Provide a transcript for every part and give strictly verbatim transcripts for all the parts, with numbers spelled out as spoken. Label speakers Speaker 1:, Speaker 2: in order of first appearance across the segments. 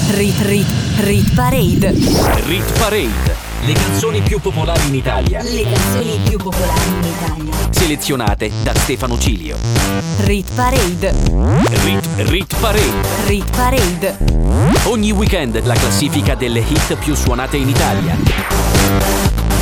Speaker 1: Rit Rit Rit Parade.
Speaker 2: Rit Parade. Le canzoni più popolari in Italia.
Speaker 1: Le canzoni più popolari in Italia.
Speaker 2: Selezionate da Stefano Cilio.
Speaker 1: Rit Parade.
Speaker 2: Rit Rit Parade.
Speaker 1: Rit Parade.
Speaker 2: Ogni weekend la classifica delle hit più suonate in Italia.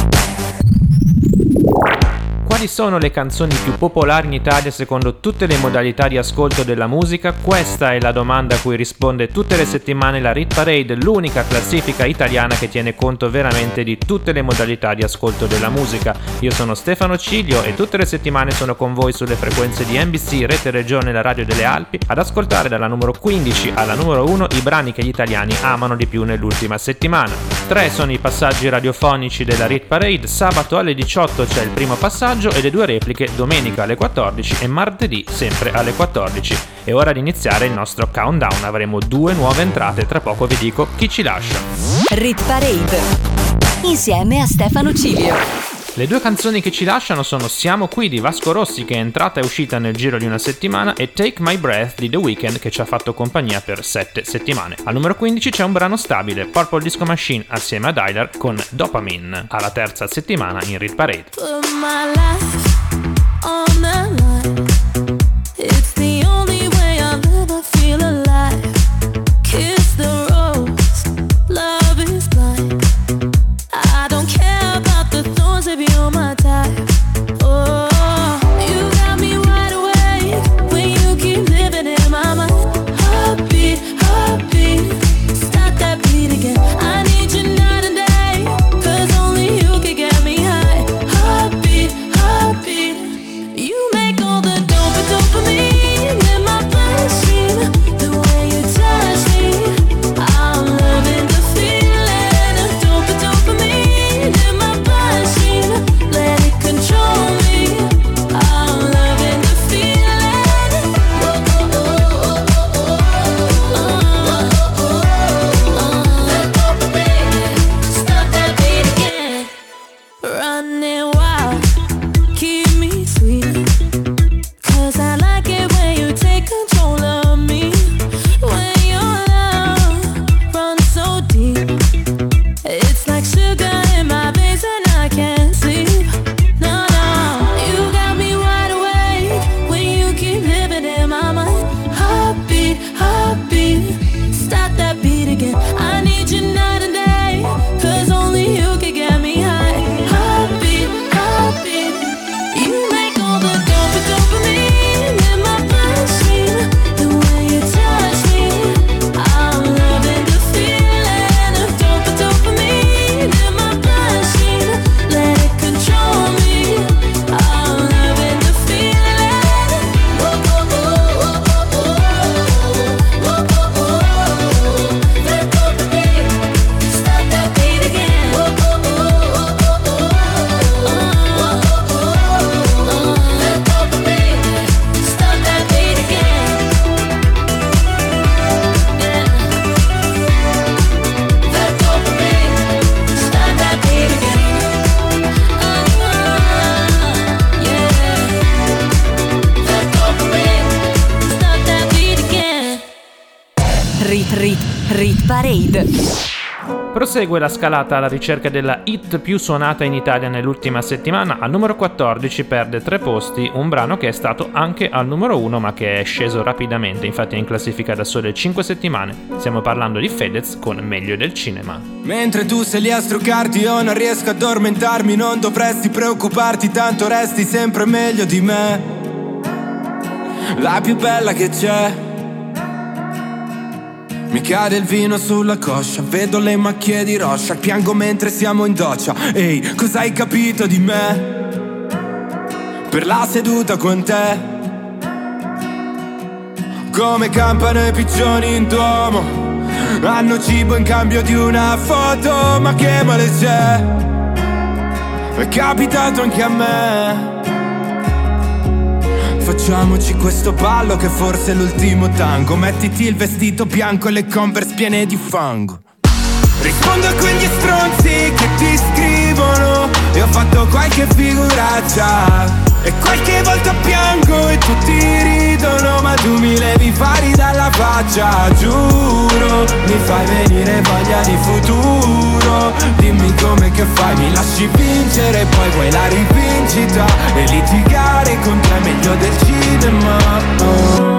Speaker 3: Quali sono le canzoni più popolari in Italia secondo tutte le modalità di ascolto della musica? Questa è la domanda a cui risponde tutte le settimane la Rit Parade, l'unica classifica italiana che tiene conto veramente di tutte le modalità di ascolto della musica. Io sono Stefano Cilio e tutte le settimane sono con voi sulle frequenze di N B C, Rete Regione, la Radio delle Alpi, ad ascoltare dalla numero quindici alla numero uno i brani che gli italiani amano di più nell'ultima settimana. Tre sono i passaggi radiofonici della Rit Parade. Sabato alle diciotto c'è il primo passaggio e le due repliche domenica alle quattordici e martedì sempre alle quattordici. È ora di iniziare il nostro countdown, avremo due nuove entrate, tra poco vi dico chi ci lascia.
Speaker 1: Rit Parade insieme a Stefano Cilio.
Speaker 3: Le due canzoni che ci lasciano sono Siamo qui di Vasco Rossi, che è entrata e uscita nel giro di una settimana, e Take My Breath di The Weeknd, che ci ha fatto compagnia per sette settimane. Al numero quindici c'è un brano stabile, Purple Disco Machine assieme a Dyler con Dopamine, alla terza settimana in Rit Parade.
Speaker 4: Put my life on the line. It's the only way I'll ever feel alive. Kiss the rose, love is blind. I don't care about the thorns if you're my type. Oh, you got me wide awake when you keep living in my mind. Heartbeat, heartbeat, stop that beat again. I need you night and day, 'cause only you can get me high. Heartbeat, heartbeat, you make all the dope dopamine in my bloodstream. The way you touch me, I'm loving the feeling of dope dopamine in my bloodstream. Let it control me, I'm loving the feeling. Oh, oh, oh, oh, oh, oh, oh. That dopamine, stop that beat again. Running wild, keep me sweet, 'cause I like it when you take control of me. When your love runs so deep, it's like sugar in my veins and I can't sleep. No, no, you got me wide awake when you keep living in my mind. Heartbeat, heartbeat, stop that beat again. I need you night and day, 'cause only you can get me high. Heartbeat, heartbeat, you make all the dope dopamine in my bloodstream. The way you touch me, I'm loving the feeling of dope dopamine in my bloodstream. Let it control me, I'm loving the feeling. Oh, oh, oh, oh, oh, oh, oh, oh, oh. That dopamine, stop that beat again. Oh, oh, oh, oh, oh, oh, oh, oh, oh. That dopamine, stop that beat again. Yeah. That dopamine, stop that beat again. Oh, yeah. That dopamine, stop that beat again.
Speaker 1: Rit Rit Rit Parade.
Speaker 3: Prosegue la scalata alla ricerca della hit più suonata in Italia nell'ultima settimana. Al numero quattordici perde tre posti un brano che è stato anche al numero uno ma che è sceso rapidamente, infatti è in classifica da sole cinque settimane. Stiamo parlando di Fedez con Meglio del cinema.
Speaker 5: Mentre tu sei lì a struccarti io non riesco ad addormentarmi. Non dovresti preoccuparti, tanto resti sempre meglio di me. La più bella che c'è. Mi cade il vino sulla coscia, vedo le macchie di roscia, piango mentre siamo in doccia. Ehi, cosa hai capito di me? Per la seduta con te. Come campano i piccioni in Duomo, hanno cibo in cambio di una foto. Ma che male c'è? È capitato anche a me. Facciamoci questo ballo che forse è l'ultimo tango. Mettiti il vestito bianco e le Converse piene di fango. Rispondo a quegli stronzi che ti scrivono e ho fatto qualche figuraccia e qualche volta piango e tutti ridono, ma tu mi levi fari dalla faccia. Giuro, mi fai venire voglia di futuro. Dimmi come che fai, mi lasci vincere, poi vuoi la rivincita e litigare con te è meglio del cinema. Oh.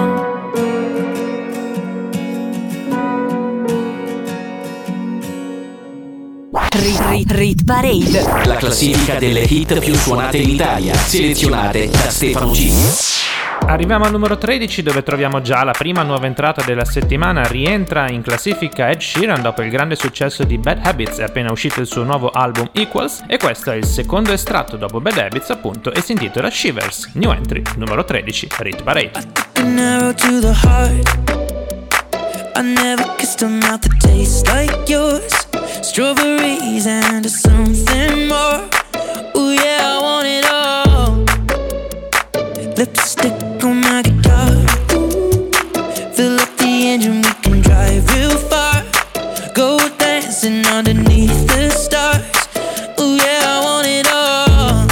Speaker 1: Rit, rit, rit Parade,
Speaker 2: la classifica delle hit più suonate in Italia, selezionate da Stefano G.
Speaker 3: Arriviamo al numero tredici, dove troviamo già la prima nuova entrata della settimana. Rientra in classifica Ed Sheeran dopo il grande successo di Bad Habits, è appena uscito il suo nuovo album Equals, e questo è il secondo estratto dopo Bad Habits, appunto, e si intitola Shivers. New entry, numero tredici, Rit Parade.
Speaker 6: An arrow to the heart. I never kissed a mouth that tastes like yours. Strawberries and something more. Ooh yeah, I want it all. Lipstick on my guitar. Fill up the engine, we can drive real far. Go dancing underneath the stars. Ooh yeah, I want it all.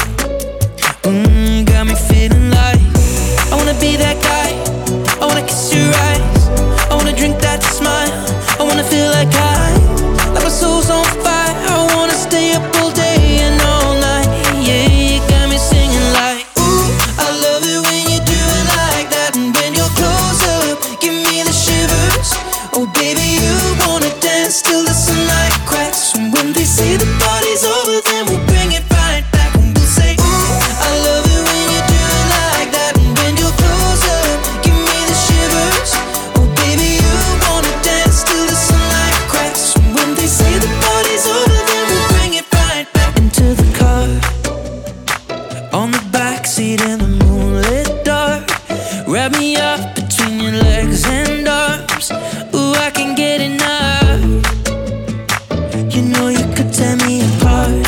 Speaker 6: Mm, got me feeling like I wanna be that guy. I wanna kiss your eyes. I wanna drink that smile. I wanna feel like I, like my soul's on fire. I wanna stay up all day and all night. Yeah, you got me singing like, ooh, I love it when you do it like that. And when you're close up, give me the shivers. Oh baby, you wanna dance till the sunlight cracks. And when they say the party's over, then we'll bring it right back. And we'll say, ooh, I love it when you do it like that. And when you're close up, give me the shivers. Oh baby, you wanna dance till the sunlight cracks. And when they say the party's over, then we'll bring it right back. Into the car, on the backseat in the moonlit dark. Wrap me up between your legs and arms. Ooh, I can get enough. You know you could tear me apart.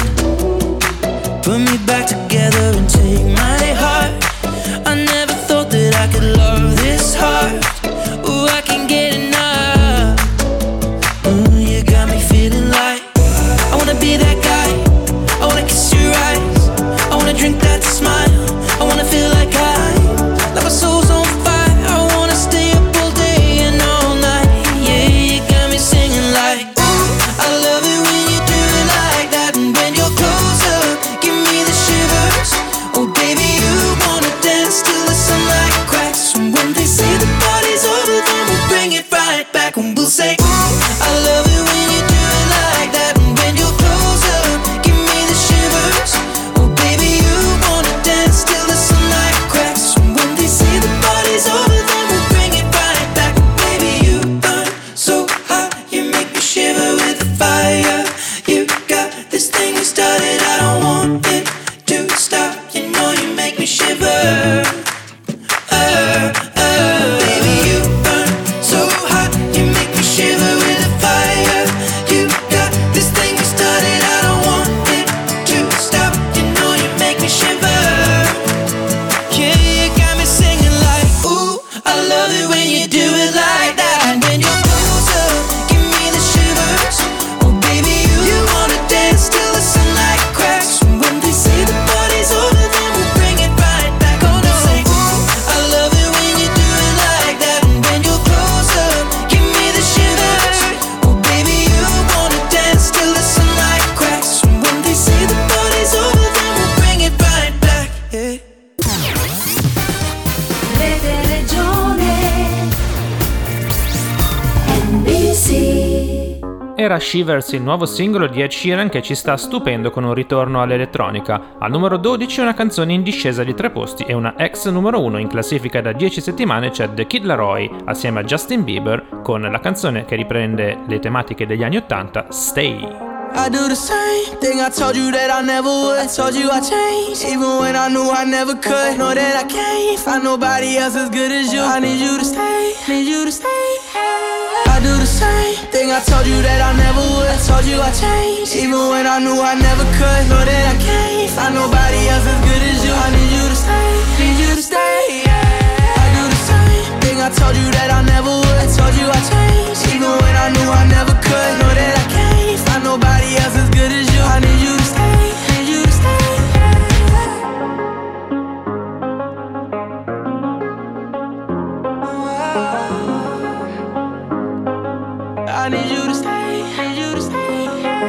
Speaker 6: Put me back together and take my heart. I never thought that I could love this hard. Ooh, I can get enough. Ooh, you got me feeling like I wanna be that guy. I wanna kiss your eyes. I wanna drink that smile. I wanna feel like I, like my soul's on fire. I wanna stay up all day and all night. Yeah, you got me singing like, ooh, I love it when you do it like that. And when you're close up, give me the shivers. Oh baby, you wanna dance till the sunlight cracks. And when they say the party's over, then we'll bring it right back. And we'll say, ooh, I love it when you do it like that. And when you're close up, give me the shivers. Oh baby, you wanna dance till the sunlight cracks. And when they say the party's over, then we'll bring it right back. Baby, you burn so hot, you make me shiver with the fire. You got this thing you started, I don't want it to stop. You know you make me shiver. Uh, uh, baby, you burn so hot, you make me shiver with the fire. You got this thing you started, I don't want it to stop. You know you make me shiver. Yeah, you got me singing like, ooh, I love it when you do it like that. And when you're close up, give me the shivers. Oh baby, you, you wanna dance till the sunlight cracks. And when they say the party's over, then we'll bring it right back. Oh no, say, ooh, I love it when you do it like that. And when you're close up, give me the shivers. Oh baby, you wanna dance till the sunlight cracks. And when they say the party's over, then we'll bring it right back. Yeah.
Speaker 4: Rete Regione N B C.
Speaker 3: Era Shivers, il nuovo singolo di Ed Sheeran, che ci sta stupendo con un ritorno all'elettronica. Al numero dodici una canzone in discesa di tre posti e una ex numero uno. In classifica da dieci settimane c'è The Kid Laroi assieme a Justin Bieber con la canzone che riprende le tematiche degli anni ottanta, Stay.
Speaker 7: I do the same thing I told you that I never would. I told you I changed, even when I knew I never could. Know that I can't find nobody else as good as you. I need you to stay, need you to stay. I do the same thing I told you that I never would. I told you I changed, even when I knew I never could. Know that I can't find nobody else as good as you. I need you to stay, need you to stay. I do the same thing I told you that I never would. I told you I changed, even when I knew I never could. Know that I can't find nobody else as good as you. I need you to stay, need you to stay. I need you you to stay, need you to stay.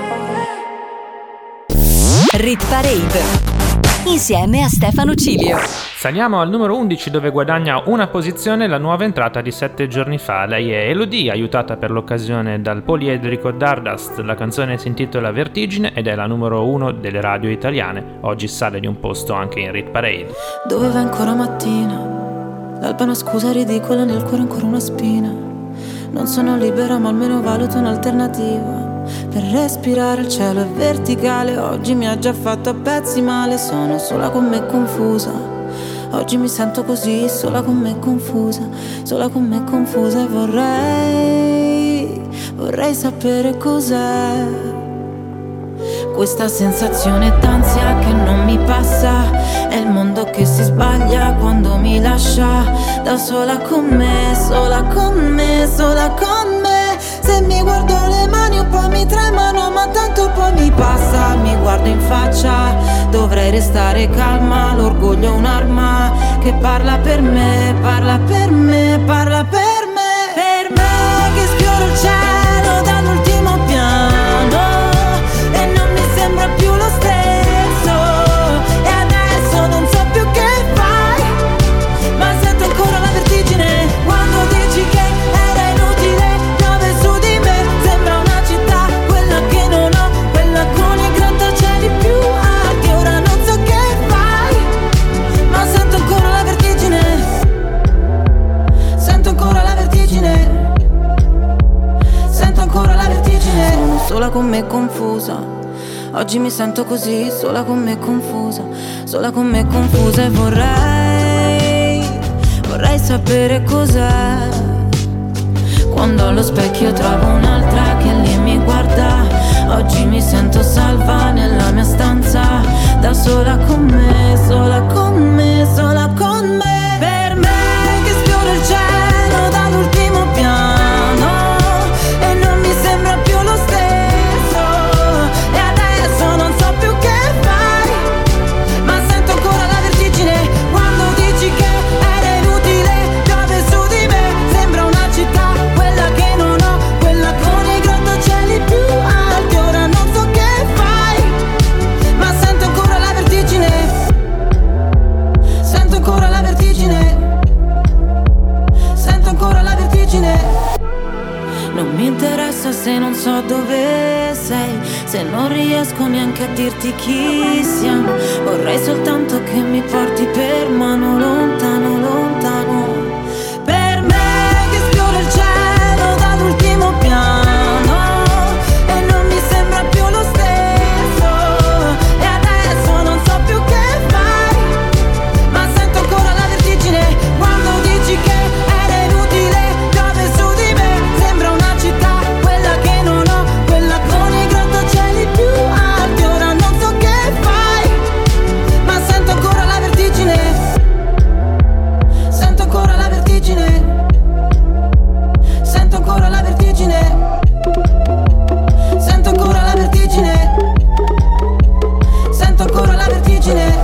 Speaker 1: Rit Parade insieme a Stefano Cilio.
Speaker 3: Saliamo al numero undici, dove guadagna una posizione la nuova entrata di sette giorni fa. Lei è Elodie, aiutata per l'occasione dal poliedrico Dardust. La canzone si intitola Vertigine ed è la numero uno delle radio italiane. Oggi sale di un posto anche in Rit Parade.
Speaker 8: Dove va ancora mattina? L'alba è una scusa ridicola, nel cuore ancora una spina. Non sono libera ma almeno valuto un'alternativa. Per respirare il cielo è verticale. Oggi mi ha già fatto a pezzi male. Sono sola con me confusa. Oggi mi sento così, sola con me confusa. Sola con me confusa e vorrei, vorrei sapere cos'è questa sensazione d'ansia che non mi passa. È il mondo che si sbaglia quando mi lascia da sola con me, sola con me, sola con me. Se mi guardo le mani un po' mi tremano, ma tanto poi mi passa. Mi guardo in faccia, dovrei restare calma. L'orgoglio è un'arma che parla per me, parla per me, parla per me. Per me che sfioro il cielo dall'ultimo piano e non mi sembra più lo stesso. E adesso non so più che fai, ma sento ancora la vertigine quando dici che era inutile. Piove su di me, sembra una città, quella che non ho, quella con i grattacieli più alti. Ora non so che fai, ma sento ancora la vertigine. Sento ancora la vertigine. Sento ancora la vertigine. Sono sola con me confusa. Oggi mi sento così, sola con me confusa. Sola con me confusa e vorrei, vorrei sapere cos'è quando allo specchio trovo un'altra che lì mi guarda. Oggi mi sento salva nella mia stanza, da sola con me, sola con me, sola con me. Per me che sfiora il cielo dall'ultimo piano e non mi sembra più lo stesso. E adesso non so più che fai, ma sento ancora la vertigine quando dici che era inutile. Piove su di me, sembra una città, quella che non ho, quella con i grattacieli più alti. Ora non so che fai, ma sento ancora la vertigine. Sento ancora la vertigine. Sento ancora la vertigine. Non mi interessa se non so dove sei, se non riesco neanche a dirti chi siamo. Vorrei soltanto che mi porti per mano lontano, lontano. Per me che sfiora il cielo dall'ultimo piano e non mi sembra più lo stesso. E adesso non so più che fai, ma sento ancora la vertigine quando dici che era inutile. Piove su di me, sembra una città, quella che non ho, quella con i grattacieli più alti. Ora non so che fai, ma sento ancora la vertigine. Sento ancora la vertigine. Sento ancora la vertigine. Sento ancora la vertigine. Sento ancora la vertigine.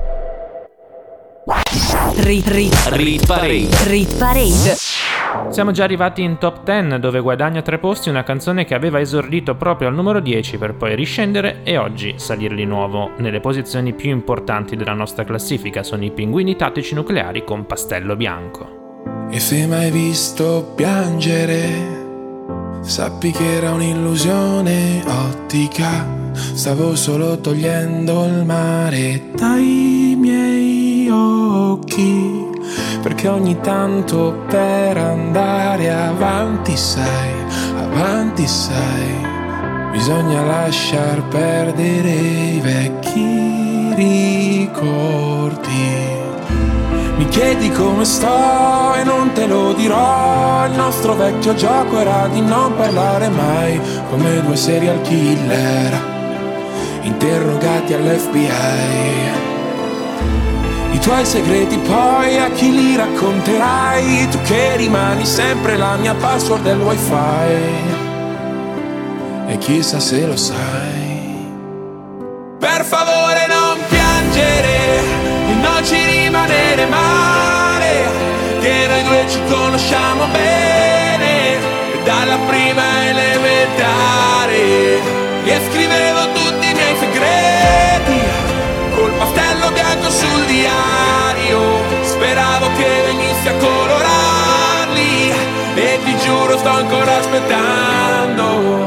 Speaker 1: Rit, rit,
Speaker 2: Rit Parade.
Speaker 1: Rit Parade.
Speaker 3: Siamo già arrivati in top dieci, dove guadagna tre posti una canzone che aveva esordito proprio al numero dieci per poi riscendere e oggi salire di nuovo nelle posizioni più importanti della nostra classifica. Sono i Pinguini Tattici Nucleari con Pastello Bianco.
Speaker 9: E se mai visto piangere, sappi che era un'illusione ottica. Stavo solo togliendo il mare dai miei occhi, perché ogni tanto per andare avanti, sai, avanti, sai, bisogna lasciar perdere i vecchi ricordi. Mi chiedi come sto e non te lo dirò. Il nostro vecchio gioco era di non parlare mai, come due serial killer interrogati all'F B I. I tuoi segreti poi a chi li racconterai? Tu che rimani sempre la mia password del wifi, e chissà se lo sai. Per favore non piangere e non ci rimanere male, che noi due ci conosciamo bene, e dalla prima elementare
Speaker 5: e scrivevo tutti i miei segreti col pastello bianco sul diario. Speravo che venissi a colorarli e ti giuro sto ancora aspettando.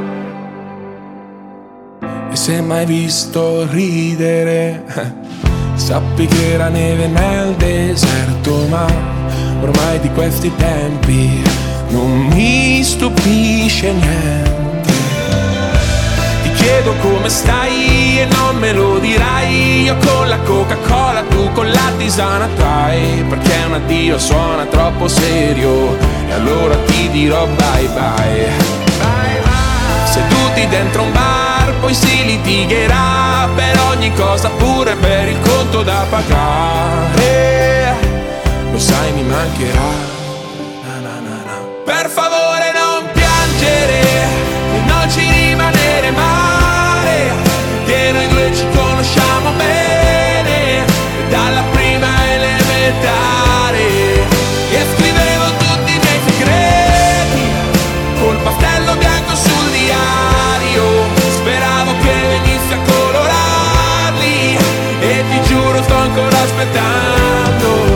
Speaker 9: E se mai visto ridere, sappi che era neve nel deserto, ma ormai di questi tempi non mi stupisce niente. Ti chiedo come stai e non me lo dirai. Io con la Coca-Cola, tu con la tisana trai, perché un addio suona troppo serio e allora ti dirò bye bye. Bye bye. Seduti dentro un bar poi si litigherà per ogni cosa, pure per il conto da pagare. Lo sai mi mancherà. Na, na, na, na. Per favore non piangere e non ci rimanere male, che noi due ci conosciamo bene dalla prima elementare. E scrivevo tutti i miei segreti col pastello bianco sul diario. Speravo che venissi a colorarli e ti giuro sto ancora aspettando.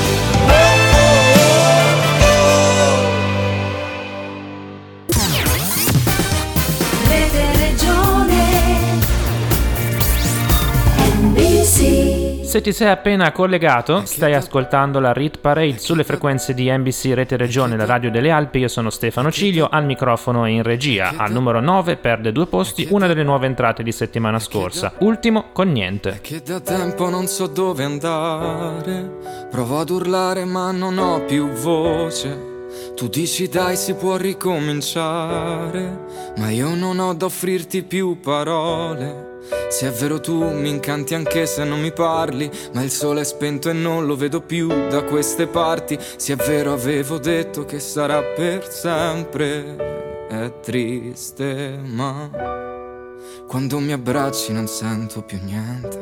Speaker 3: Se ti sei appena collegato, stai ascoltando la Rit Parade sulle frequenze di N B C Rete Regione, la radio delle Alpi. Io sono Stefano Cilio, al microfono e in regia. Al numero nove perde due posti una delle nuove entrate di settimana scorsa. Ultimo con Niente.
Speaker 10: Che da tempo non so dove andare, provo ad urlare ma non ho più voce. Tu dici dai si può ricominciare, ma io non ho da offrirti più parole. Se è vero tu mi incanti anche se non mi parli, ma il sole è spento e non lo vedo più da queste parti. Se è vero avevo detto che sarà per sempre, è triste ma quando mi abbracci non sento più niente.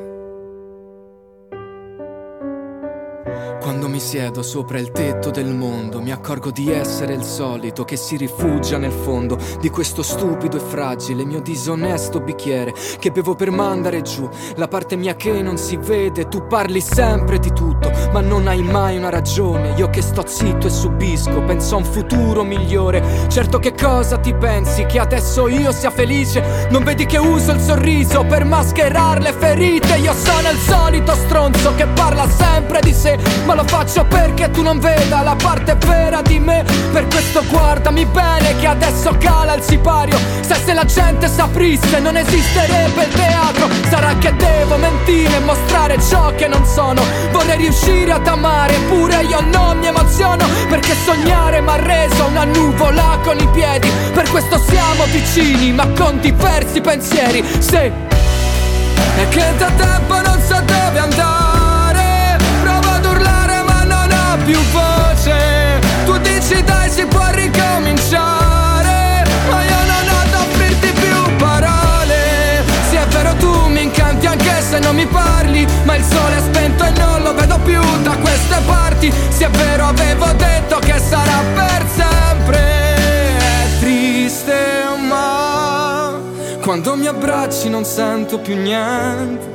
Speaker 10: Quando mi siedo sopra il tetto del mondo mi accorgo di essere il solito che si rifugia nel fondo di questo stupido e fragile mio disonesto bicchiere che bevo per mandare giù la parte mia che non si vede. Tu parli sempre di tutto ma non hai mai una ragione. Io che sto zitto e subisco, penso a un futuro migliore. Certo, che cosa ti pensi? Che adesso io sia felice? Non vedi che uso il sorriso per mascherare le ferite? Io sono il solito stronzo che parla sempre di sé, ma lo faccio perché tu non veda la parte vera di me. Per questo guardami bene che adesso cala il sipario. Sai, se la gente saprisse non esisterebbe il teatro. Sarà che devo mentire e mostrare ciò che non sono. Vorrei riuscire ad amare eppure io non mi emoziono, perché sognare m'ha reso una nuvola con i piedi. Per questo siamo vicini ma con diversi pensieri. Sì, è che da tempo non so dove andare, provo ad urlare ma non ho più voce. Tu dici dai si può ricominciare, ma io non ho da offrirti più parole. Sì, è vero tu mi incanti anche se non mi parli, ma il sole è spento e non lo vedo più da queste parti. Sì, è vero avevo detto che sarà per sempre, è triste ma quando mi abbracci non sento più niente.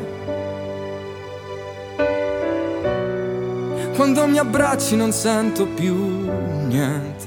Speaker 10: Quando mi abbracci non sento più niente.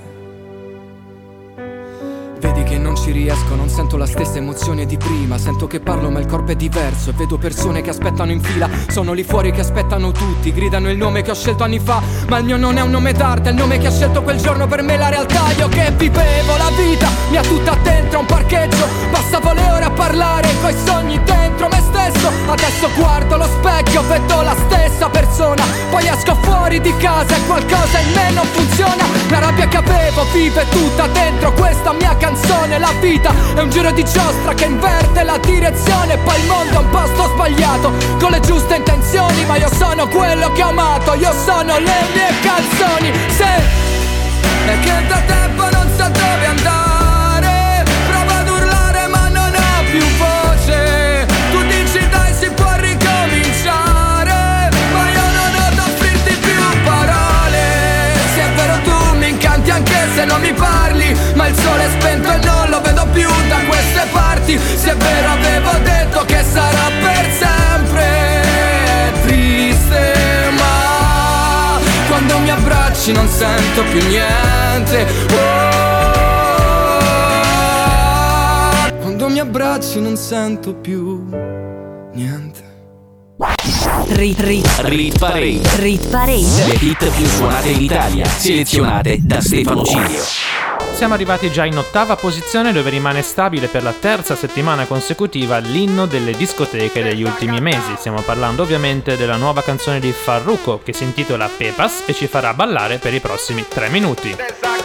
Speaker 10: Vedi che non ci riesco, non sento la stessa emozione di prima. Sento che parlo ma il corpo è diverso e vedo persone che aspettano in fila. Sono lì fuori che aspettano tutti, gridano il nome che ho scelto anni fa, ma il mio non è un nome d'arte, è il nome che ha scelto quel giorno per me la realtà. Io che vivevo la vita mia tutta dentro a un parcheggio, passavo le ore a parlare coi sogni dentro me stesso. Adesso guardo lo specchio, vedo la stessa persona, poi esco fuori di casa e qualcosa in me non funziona. La rabbia che avevo vive tutta dentro questa mia canzone. La vita è un giro di giostra che inverte la direzione, poi il mondo è un posto sbagliato con le giuste intenzioni, ma io sono quello che ho amato, io sono le mie canzoni. Se è che da tempo non so dove andare, provo ad urlare ma non ho più voce. Tu dici dai si può ricominciare, ma io non ho da offrirti più parole. Se è vero tu mi incanti anche se non mi parli, ma il sole è spento e non lo vedo più da queste parti. sento più niente. Oh, quando mi abbracci non sento più niente.
Speaker 1: Rit, rit,
Speaker 2: Rit Parade.
Speaker 1: Rit Parade.
Speaker 2: Le hit più suonate in Italia, selezionate da Stefano Cilio.
Speaker 3: Siamo arrivati già in ottava posizione, dove rimane stabile per la terza settimana consecutiva l'inno delle discoteche degli ultimi mesi. Stiamo parlando ovviamente della nuova canzone di Farruko che si intitola Pepas e ci farà ballare per i prossimi tre minuti.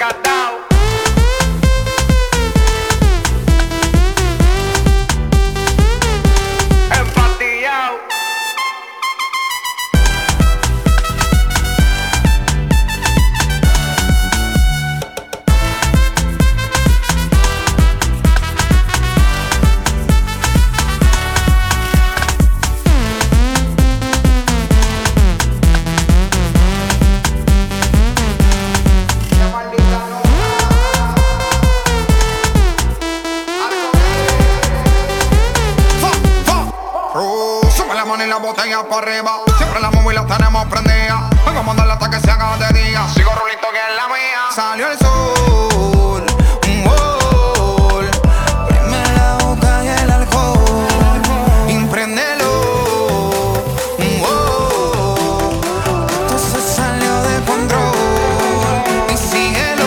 Speaker 11: Botella para arriba, siempre la móvil la tenemos prendida. Vengo a mandarla hasta que se haga de día. Sigo rulito que es la mía. Salió el sol, un gol. Prime la boca y el alcohol. Impréndelo, un gol. Esto se salió de control. Y síguelo.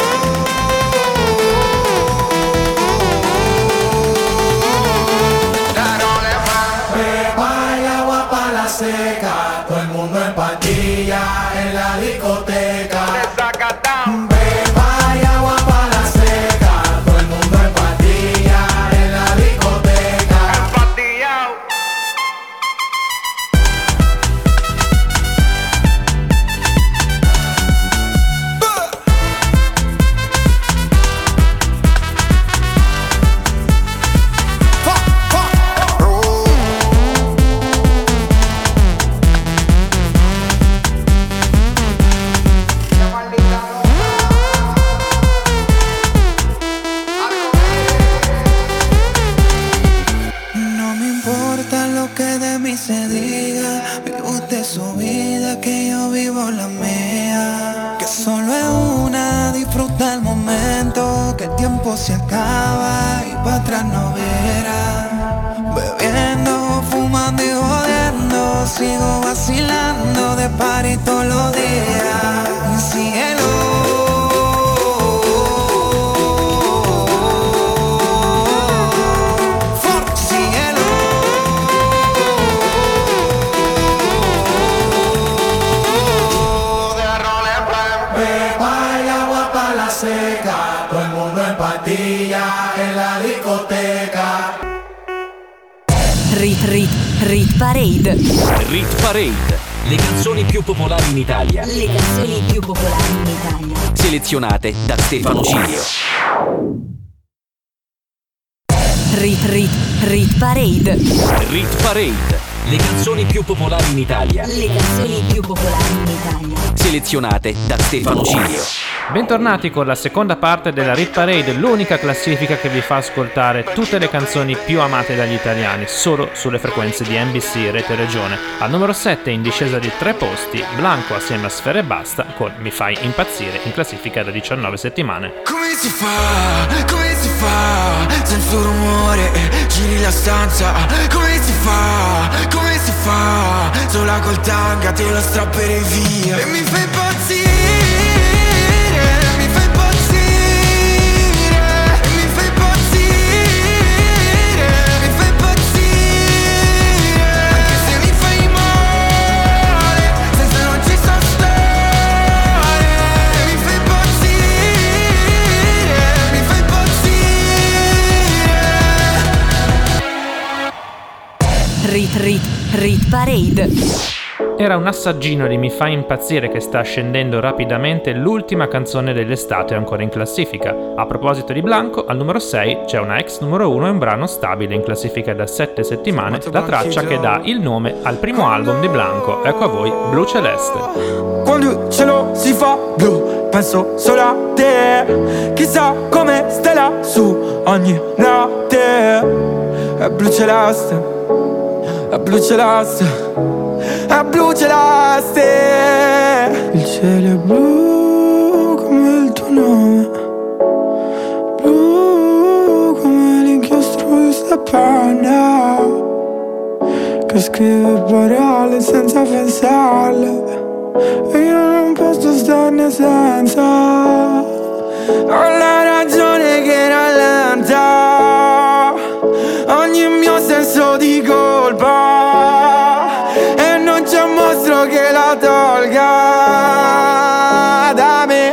Speaker 12: Seca, todo el mundo en patilla en la discoteca. Beba y agua para la seca, todo el mundo en patilla en la discoteca.
Speaker 7: Se diga, vive usted su vida, que yo vivo la mía. Que solo es una, disfruta el momento, que el tiempo se acaba y para atrás no verá. Bebiendo, fumando y jodiendo, sigo vacilando de party todos los días. Y síguelo.
Speaker 12: Seca, todo el mundo en patilla en la discoteca.
Speaker 1: Rit, rit, Rit Parade.
Speaker 2: Rit Parade. Le canzoni più popolari in Italia.
Speaker 1: Le canzoni più popolari in Italia.
Speaker 2: Selezionate da Stefano Cilio.
Speaker 1: Rit, rit, Rit Parade.
Speaker 2: Rit Parade. Le canzoni più popolari in Italia.
Speaker 1: Le canzoni più popolari in Italia.
Speaker 2: Selezionate da Stefano Cilio.
Speaker 3: Bentornati con la seconda parte della Rit Parade, l'unica classifica che vi fa ascoltare tutte le canzoni più amate dagli italiani, solo sulle frequenze di N B C Rete Regione. Al numero sette, in discesa di tre posti, Blanco assieme a Sfera Ebbasta con Mi fai impazzire, in classifica da diciannove settimane.
Speaker 7: Come si fa, come si fa, senza rumore, giri la stanza. Come si fa, come si fa, sola col tanga te lo strapperei via. E mi fai impazzire.
Speaker 1: Rit, rit, Rit Parade.
Speaker 3: Era un assaggino di Mi fai impazzire che sta scendendo rapidamente, l'ultima canzone dell'estate ancora in classifica. A proposito di Blanco, al numero sei c'è una ex numero uno e un brano stabile in classifica da sette settimane, la traccia che dà il nome al primo album di Blanco. Ecco a voi Blu Celeste.
Speaker 13: Quando il cielo si fa blu, penso solo a te. Chissà come stai lassù ogni notte. È blu celeste, è blu celeste, è blu celeste. Il cielo è blu, nome. Blu come l'inchiostro di sta penna che scrive parole senza pensarle, e io non posso starne senza. Ho la ragione che rallenta ogni mio senso di colpa, e non c'è un mostro che la tolga da me.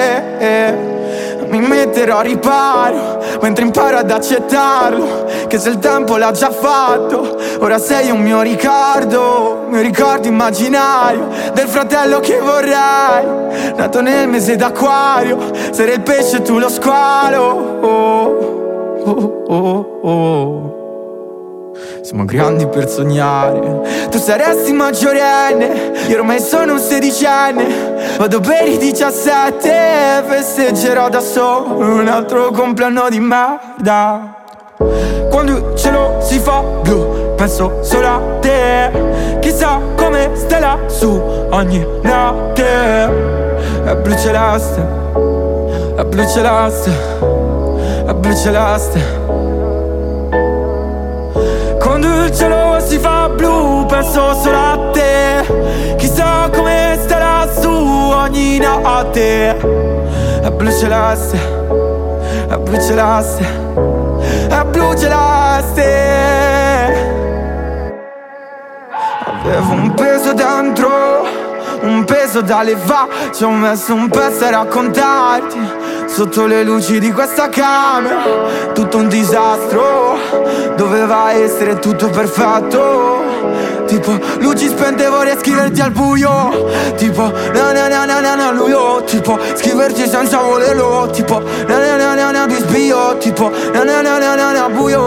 Speaker 13: Mi metterò a riparo mentre imparo ad accettarlo, che se il tempo l'ha già fatto, ora sei un mio ricordo, mio ricordo immaginario del fratello che vorrei, nato nel mese d'acquario, sarei il pesce e tu lo squalo. Oh, oh, oh, oh. Siamo grandi per sognare, tu saresti maggiorenne, io ormai sono un sedicenne, vado per i diciassette, festeggerò da solo un altro compleanno di merda. Quando il cielo si fa blu, penso solo a te, chissà come stai lassù ogni notte. È blu celeste, è blu celeste, è blu celeste. Quando il cielo si fa blu penso solo a te, chissà come stai lassù ogni notte. È blu celeste, è blu celeste, è blu celeste. Avevo un peso dentro, un peso da levare, ci ho messo un pezzo a raccontarti. Sotto le luci di questa camera, tutto un disastro, doveva essere tutto perfetto. Tipo, luci spente vorrei scriverti al buio, tipo, na na na na na na luio, tipo, scriverti senza volerlo, tipo, na na na na na bisbio, tipo, na na na na na na buio,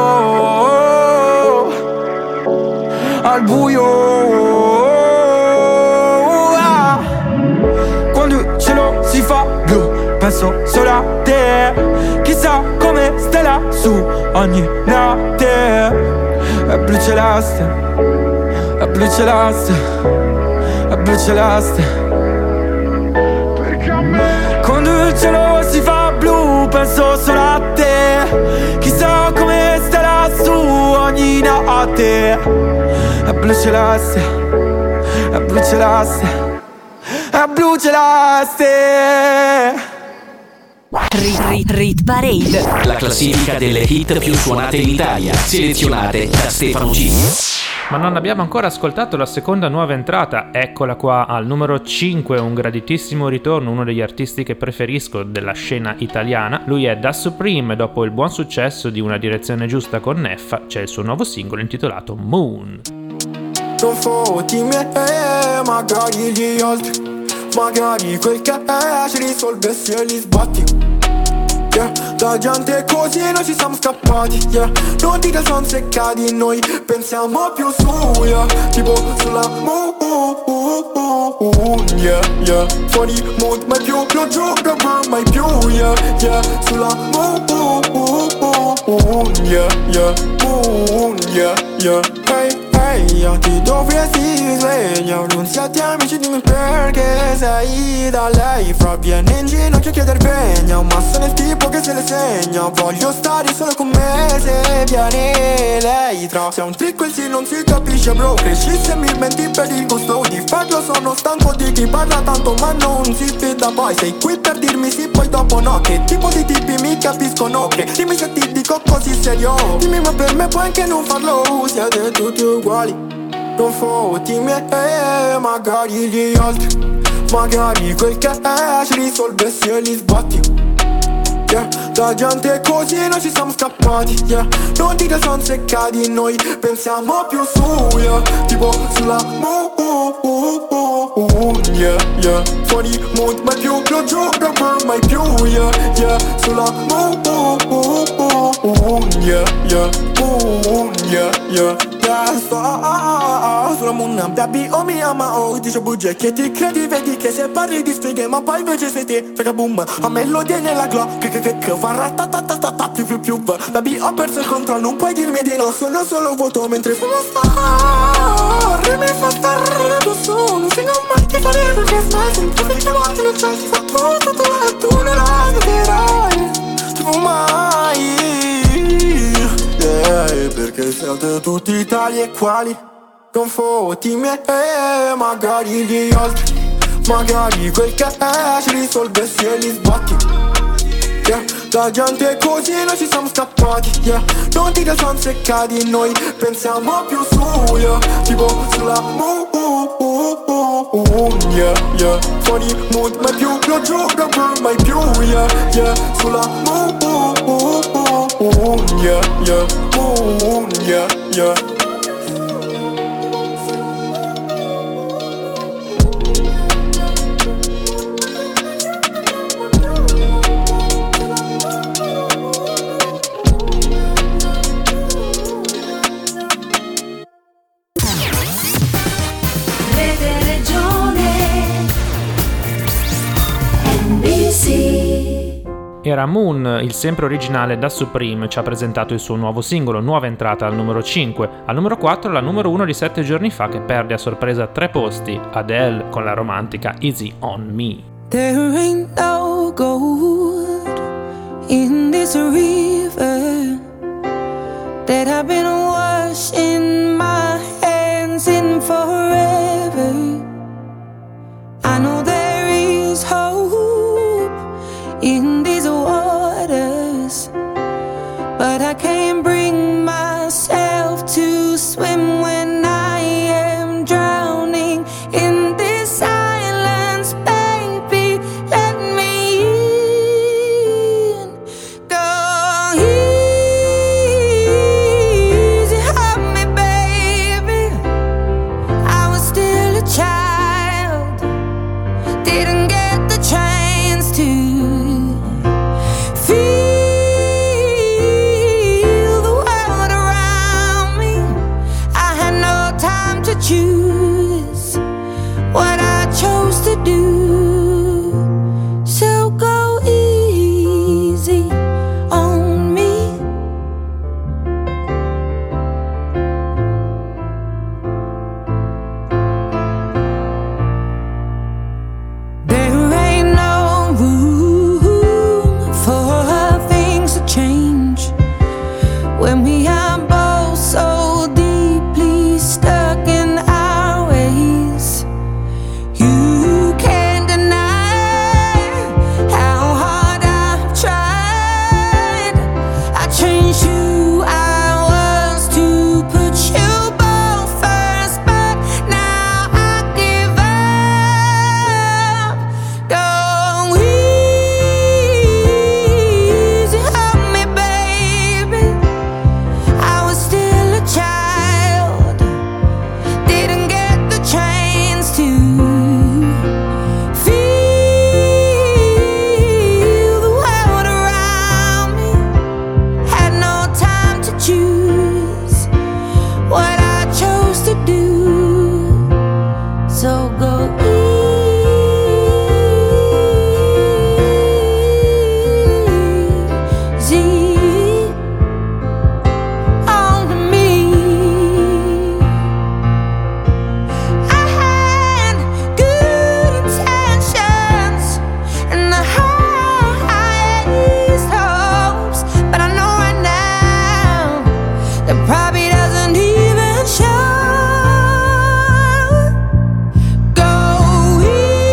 Speaker 13: al buio. Ah. Quando il cielo si fa blu penso solo a te, chissà come stai lassù ogni notte. È blu celeste, è blu celeste, è blu celeste. Perché a me quando il cielo si fa blu penso solo a te, chissà come stai lassù ogni notte. È blu celeste, è blu celeste, è blu celeste.
Speaker 1: Rit, rit, rit Parade,
Speaker 2: la classifica delle hit più suonate in Italia, selezionate da Stefano Cilio.
Speaker 3: Ma non abbiamo ancora ascoltato la seconda nuova entrata, eccola qua al numero cinque, un graditissimo ritorno, uno degli artisti che preferisco della scena italiana. Lui è Da Supreme e dopo il buon successo di Una direzione giusta con Neffa c'è il suo nuovo singolo intitolato Moon.
Speaker 14: Non fotti me, eh, magari gli altri, magari quel che è ci risolvessi e li sbatti. Yeah, la gente è così e noi ci siamo scappati, yeah. Non dite son seccati, noi pensiamo più su, yeah. Tipo sulla moon, yeah, yeah. Fuori mood, mai più, lo giuro mai più, yeah, yeah. Sulla moon, yeah, yeah. Moon, yeah, yeah. Hey, hey, yeah. Ti dovresti svegliare, non siate amici, dimmi perché sei da lei. Fra viene in ginocchio a chieder pegna, ma sono il tipo che se le segna. Voglio stare solo con me se viene lei. Tra se è un trick quel sì non si capisce bro. Cresci se mi menti per il gusto di farlo. Sono stanco di chi parla tanto ma non si fida poi. Sei qui per dirmi sì poi dopo no. Che tipo di tipi mi capiscono che dimmi se ti dico così serio. Dimmi ma per me puoi anche non farlo. Siete tutti uguali. Non fotti me, eh, magari gli altri, magari quel che è ci risolvessi e li sbatti. Yeah, la gente è così e noi ci siamo scappati, yeah. Non dite son seccati, noi pensiamo più su, yeah. Tipo sulla moon, yeah, yeah. Fuori mood, mai più, lo giuro mai più, yeah, yeah. Sulla moon, yeah, yeah. Moon, yeah, yeah. Yeah, sto sulla Munna, baby o mi ama o dice bugie che ti credi, vedi che se parli di sfighe ma poi invece sei te, frega boom. A melodie nella glo, che che che che fa ratatatata più più più. Baby ho perso il controllo, non puoi dirmi di no, sono solo vuoto mentre fumo sta. Mi fa stare tu solo, fino a mai ti faremo che stai, se mi puoi chiamare non c'è, si fa tutto, tu e tu non la vedrai, tipo mai. Yeah, perché siete tutti tali e quali, con foti miei e magari gli altri, magari quel che è ci risolve se li sbatti. Yeah, la gente è così, noi ci siamo scappati. Yeah, non ti sono seccati, noi pensiamo più su, yeah, tipo sulla moon. Yeah, yeah, fuori mood, mai più, lo giuro, mai più. Yeah, yeah, sulla moon. Yeah, yeah, moon, yeah, yeah.
Speaker 3: Era Moon, il sempre originale Da Supreme, ci ha presentato il suo nuovo singolo, nuova entrata al numero cinque. Al numero quattro la numero uno di sette giorni fa che perde a sorpresa tre posti, Adele con la romantica Easy on Me.
Speaker 8: There ain't no gold in this river that I've been washing my hands in forever. I know there is hope in these waters, but I can't bring myself to swim when I am drowning in this silence. Baby, let me in. Go easy on me, baby. I was still a child, didn't get the chance to choose what I chose to do. So go easy on me. There ain't no room for things to change when we are both so deeply stuck in our ways. You can't deny how hard I've tried. I changed who I was to put you both first, but now I give up. Go easy on me, baby. I was still a child, didn't get the chance to feel the world around me. Had no time to choose what I chose to do. So go easy on me. I had good intentions and the highest hopes, but I know right now that probably doesn't even show. Go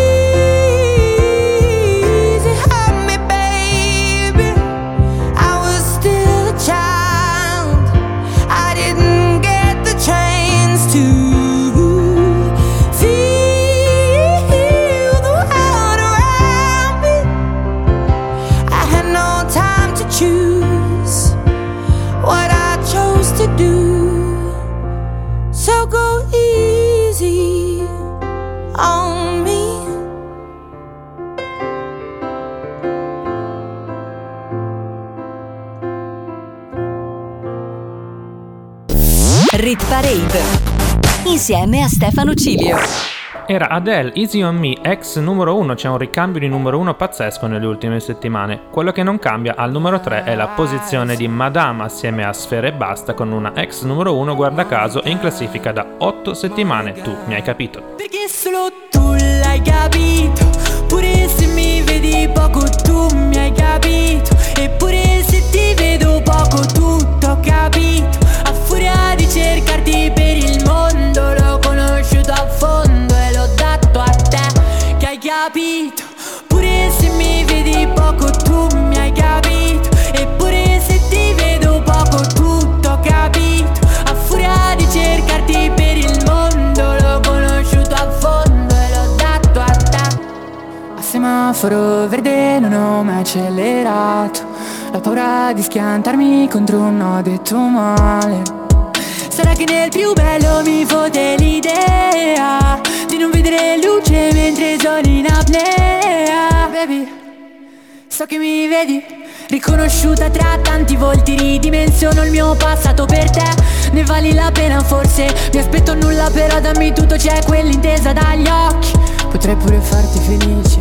Speaker 8: easy on me, baby. I was still a child, I didn't get the chance to feel the world around me. I had no time to choose what I chose to do. So go easy on me.
Speaker 1: Rit Parade. insieme a Stefano Cilio.
Speaker 3: Era Adele, Easy on Me, ex numero uno. C'è un ricambio di numero uno pazzesco nelle ultime settimane. Quello che non cambia al numero tre è la posizione di Madame assieme a Sfera Ebbasta, con una ex numero uno, guarda caso, in classifica da otto settimane. Tu mi hai capito.
Speaker 8: Perché solo tu l'hai capito, pure se mi vedi poco tu mi hai capito, eppure se ti vedo poco tutto ho capito, a furia di cercarti per il mondo l'ho conosciuto a fondo e l'ho dato a te che hai capito, pure se mi vedi poco tu mi hai capito, eppure se ti vedo poco tutto ho capito, a furia di cercarti per il mondo l'ho conosciuto a fondo e l'ho dato a te. A semaforo verde non ho mai accelerato, la paura di schiantarmi contro un no detto male. Sarà che nel più bello mi fotte l'idea di non vedere luce mentre sono in apnea. Baby, so che mi vedi, riconosciuta tra tanti volti, ridimensiono il mio passato per te. Ne vali la pena forse, mi aspetto nulla però dammi tutto, c'è quell'intesa dagli occhi, potrei pure farti felice.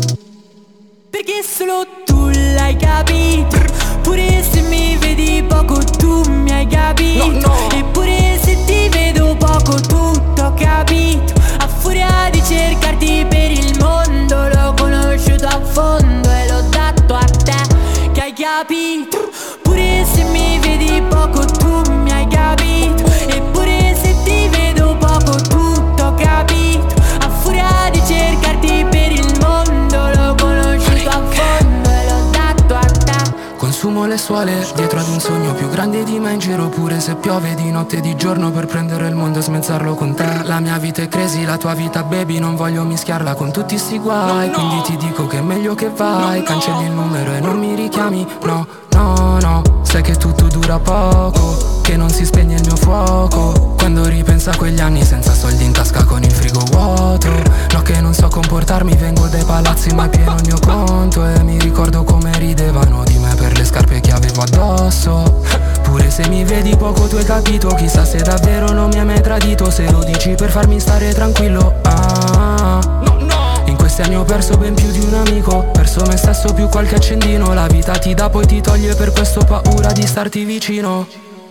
Speaker 8: Perché solo tu l'hai capito, pure se mi vedi poco tu mi hai capito, no, no. Eppure se ti vedo poco tutto ho capito, a furia di cercarti per il mondo l'ho conosciuto a fondo e l'ho dato a te che hai capito, pure se mi vedi poco tu mi hai capito, eppure se ti vedo poco tutto ho capito, a furia di cercarti per il mondo l'ho conosciuto a fondo e l'ho dato a te.
Speaker 15: Consumo le suole dietro ad un sogno più grande di me, in giro pure se piove di notte e di giorno per prendere il mondo e smezzarlo con te. La mia vita è crazy, la tua vita baby, non voglio mischiarla con tutti sti guai, no, no. Quindi ti dico che è meglio che vai, no, cancelli il numero e non mi richiami, no, no, no. Sai che tutto dura poco, che non si spegne il mio fuoco, quando ripenso a quegli anni senza soldi in tasca con il frigo vuoto. No che non so comportarmi, vengo dai palazzi ma è pieno il mio conto, e mi ricordo come ridevano di me per le scarpe che avevo addosso. Pure se mi vedi poco tu hai capito, chissà se davvero non mi hai mai tradito, se lo dici per farmi stare tranquillo. Ah, no, no. In questi anni ho perso ben più di un amico, perso me stesso più qualche accendino, la vita ti dà poi ti toglie, per questo ho paura di starti vicino.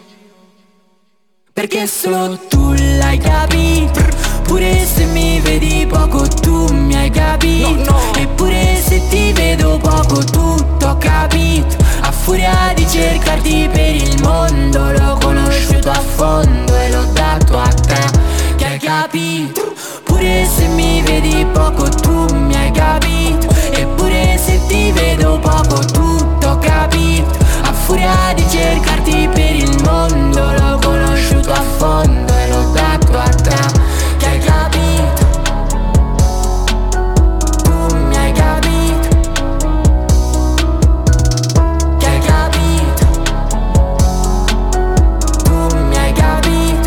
Speaker 8: Perché solo tu l'hai capito, pure se mi vedi poco tu mi hai capito, no, no. Eppure se ti vedo poco tutto ho capito, a furia di cercarti per il mondo l'ho conosciuto a fondo e l'ho dato a te che hai capito, pure se mi vedi poco tu mi hai capito, eppure se ti vedo poco tutto ho capito, a furia di cercarti per il mondo l'ho conosciuto a fondo e l'ho dato a te che hai capito, tu mi hai capito, che hai capito, tu mi hai capito.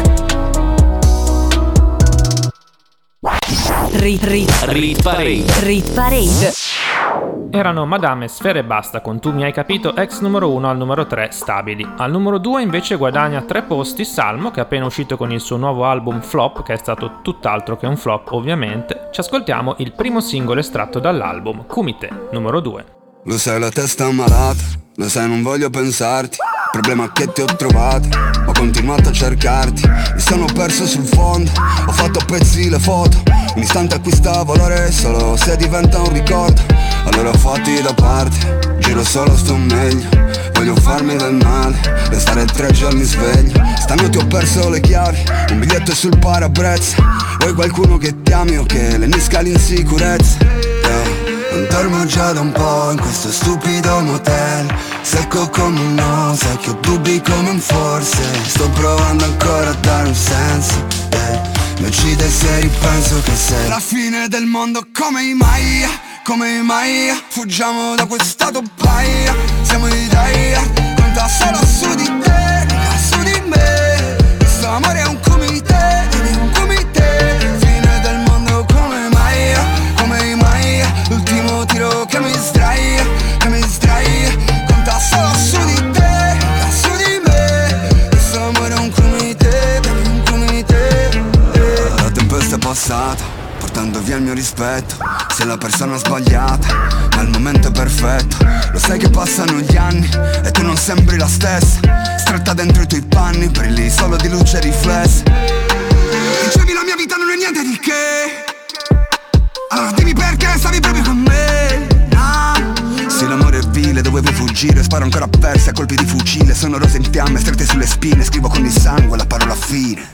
Speaker 1: Rit, rit,
Speaker 2: Rit Parade.
Speaker 1: Rit Parade.
Speaker 3: Erano Madame e Sfera Ebbasta con Tu mi hai capito, ex numero uno al numero tre, stabili. Al numero due invece guadagna tre posti Salmo, che è appena uscito con il suo nuovo album Flop, che è stato tutt'altro che un flop ovviamente. Ci ascoltiamo il primo singolo estratto dall'album, Kumite, numero due.
Speaker 16: Lo sai la testa è malata, lo sai non voglio pensarti, il problema è che ti ho trovato, ho continuato a cercarti, mi sono perso sul fondo, ho fatto a pezzi le foto, un istante acquista valore solo se diventa un ricordo, allora fatti da parte, giro solo sto meglio, voglio farmi del male, restare tre giorni sveglio, stanotte ho perso le chiavi, un biglietto sul parabrezza, vuoi qualcuno che ti ami o che lenisca l'insicurezza, yeah. Non dormo già da un po' in questo stupido motel, secco come un no, sai che ho dubbi come un forse, sto provando ancora a dare un senso, yeah. Mi uccide se ripenso che sei la fine del mondo come i Maya, come i Maya, fuggiamo da questa topaia, siamo i Daya, conta solo su di te, su di me, questo amore è un comité, un comité, fine del mondo come Maya, come i Maya, l'ultimo tiro che mi sdraia, che mi sdraia, conta solo su di te, su di me, questo amore è un comité, un comité, aspetto, sei la persona sbagliata, ma il momento è perfetto. Lo sai che passano gli anni e tu non sembri la stessa. Stretta dentro i tuoi panni, brilli solo di luce riflessa. Dicevi la mia vita non è niente di che, allora dimmi perché stavi proprio con me. Ah. Sì, l'amore è vile, dovevo fuggire, sparo ancora perse a colpi di fucile. Sono rose in fiamme, strette sulle spine, scrivo con il sangue la parola fine.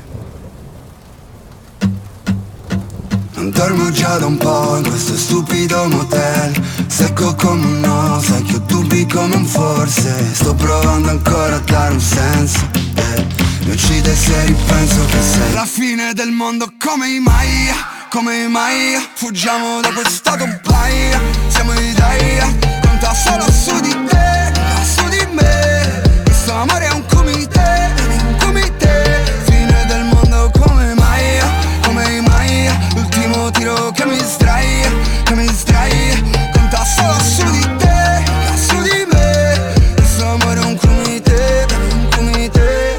Speaker 16: Non dormo già da un po' in questo stupido motel, secco come un no, sai che ho dubbi come un forse. Sto provando ancora a dare un senso, eh. Mi uccide se ripenso che sei la fine del mondo come mai, come mai. Fuggiamo da questa compagnia, siamo i dai, conta solo su di te, su di me. Questo amore è un comité, un comité. Fine del mondo come mai, come mai. L'ultimo tiro che mi distrai, che mi distrai. Conta solo su di te, su di me. Questo amore è un comité, un comité.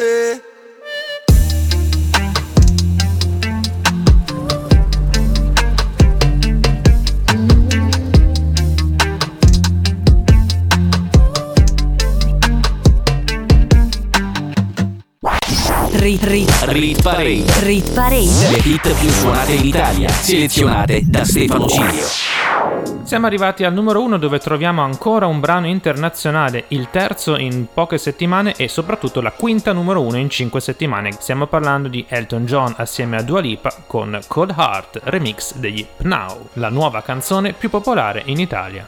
Speaker 1: Rit, rit,
Speaker 2: Rit Parade.
Speaker 1: Rit Parade.
Speaker 2: Le hit più suonate in Italia, selezionate da Stefano Cilio.
Speaker 3: Siamo arrivati al numero uno, dove troviamo ancora un brano internazionale, il terzo in poche settimane e soprattutto la quinta numero uno in cinque settimane. Stiamo parlando di Elton John assieme a Dua Lipa con Cold Heart, remix degli Pnau, la nuova canzone più popolare in Italia.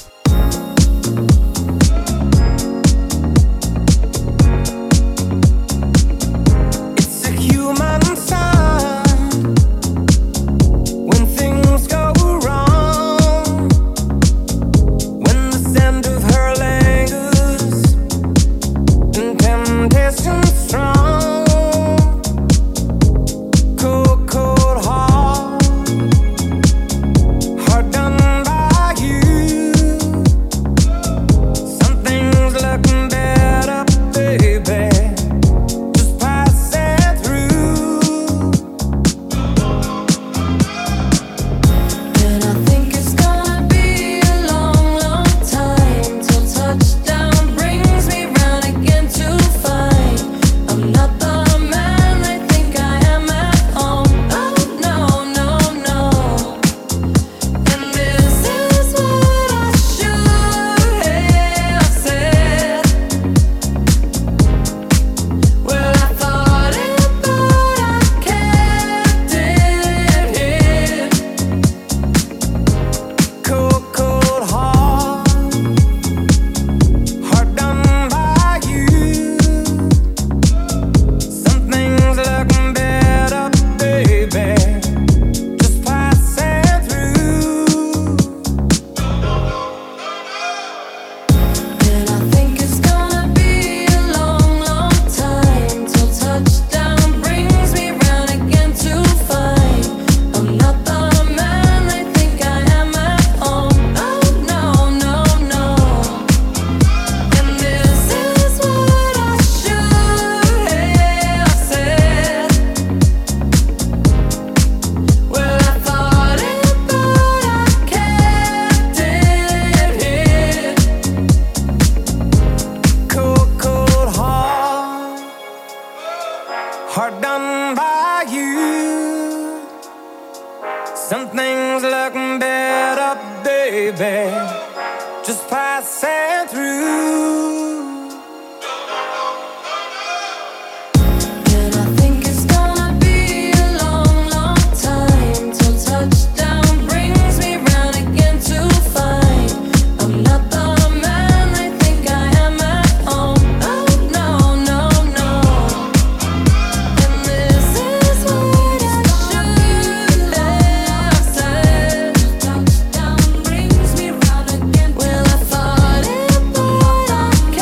Speaker 4: Will I fall in love?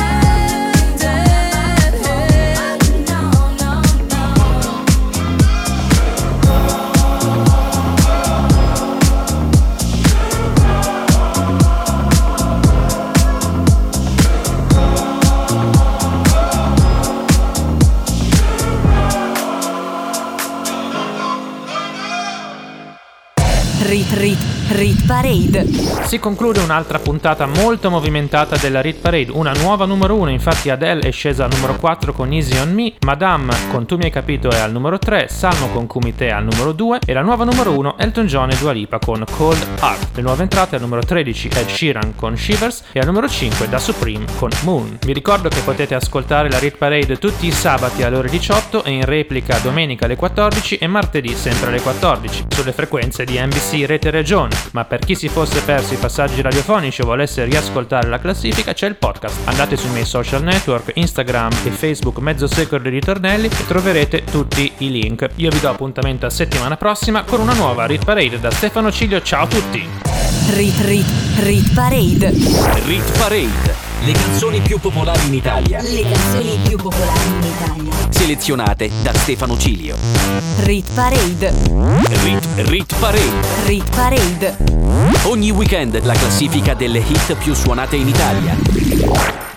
Speaker 1: Rit Parade.
Speaker 3: Si conclude un'altra puntata molto movimentata della Rit Parade, una nuova numero uno, infatti Adele è scesa al numero quattro con Easy on Me, Madame con Tu mi hai capito è al numero tre, Salmo con Kumite è al numero due e la nuova numero uno Elton John e Dua Lipa con Cold Heart. Le nuove entrate al numero tredici Ed Sheeran con Shivers e al numero cinque Da Supreme con Moon. Vi ricordo che potete ascoltare la Rit Parade tutti i sabati alle ore diciotto e in replica domenica alle quattordici e martedì sempre alle quattordici sulle frequenze di N B C Rete Regione. Ma per chi si fosse perso i passaggi radiofonici o volesse riascoltare la classifica c'è il podcast. Andate sui miei social network, Instagram e Facebook mezzo secolo di ritornelli e troverete tutti i link. Io vi do appuntamento a settimana prossima con una nuova Rit Parade da Stefano Cilio. Ciao a tutti!
Speaker 1: Rit Rit Rit Parade.
Speaker 2: Rit Parade. Le canzoni più popolari in Italia.
Speaker 1: Le canzoni più popolari in Italia.
Speaker 2: Selezionate da Stefano Cilio.
Speaker 1: Rit Parade.
Speaker 2: Rit, Rit Parade.
Speaker 1: Rit Parade.
Speaker 2: Ogni weekend la classifica delle hit più suonate in Italia.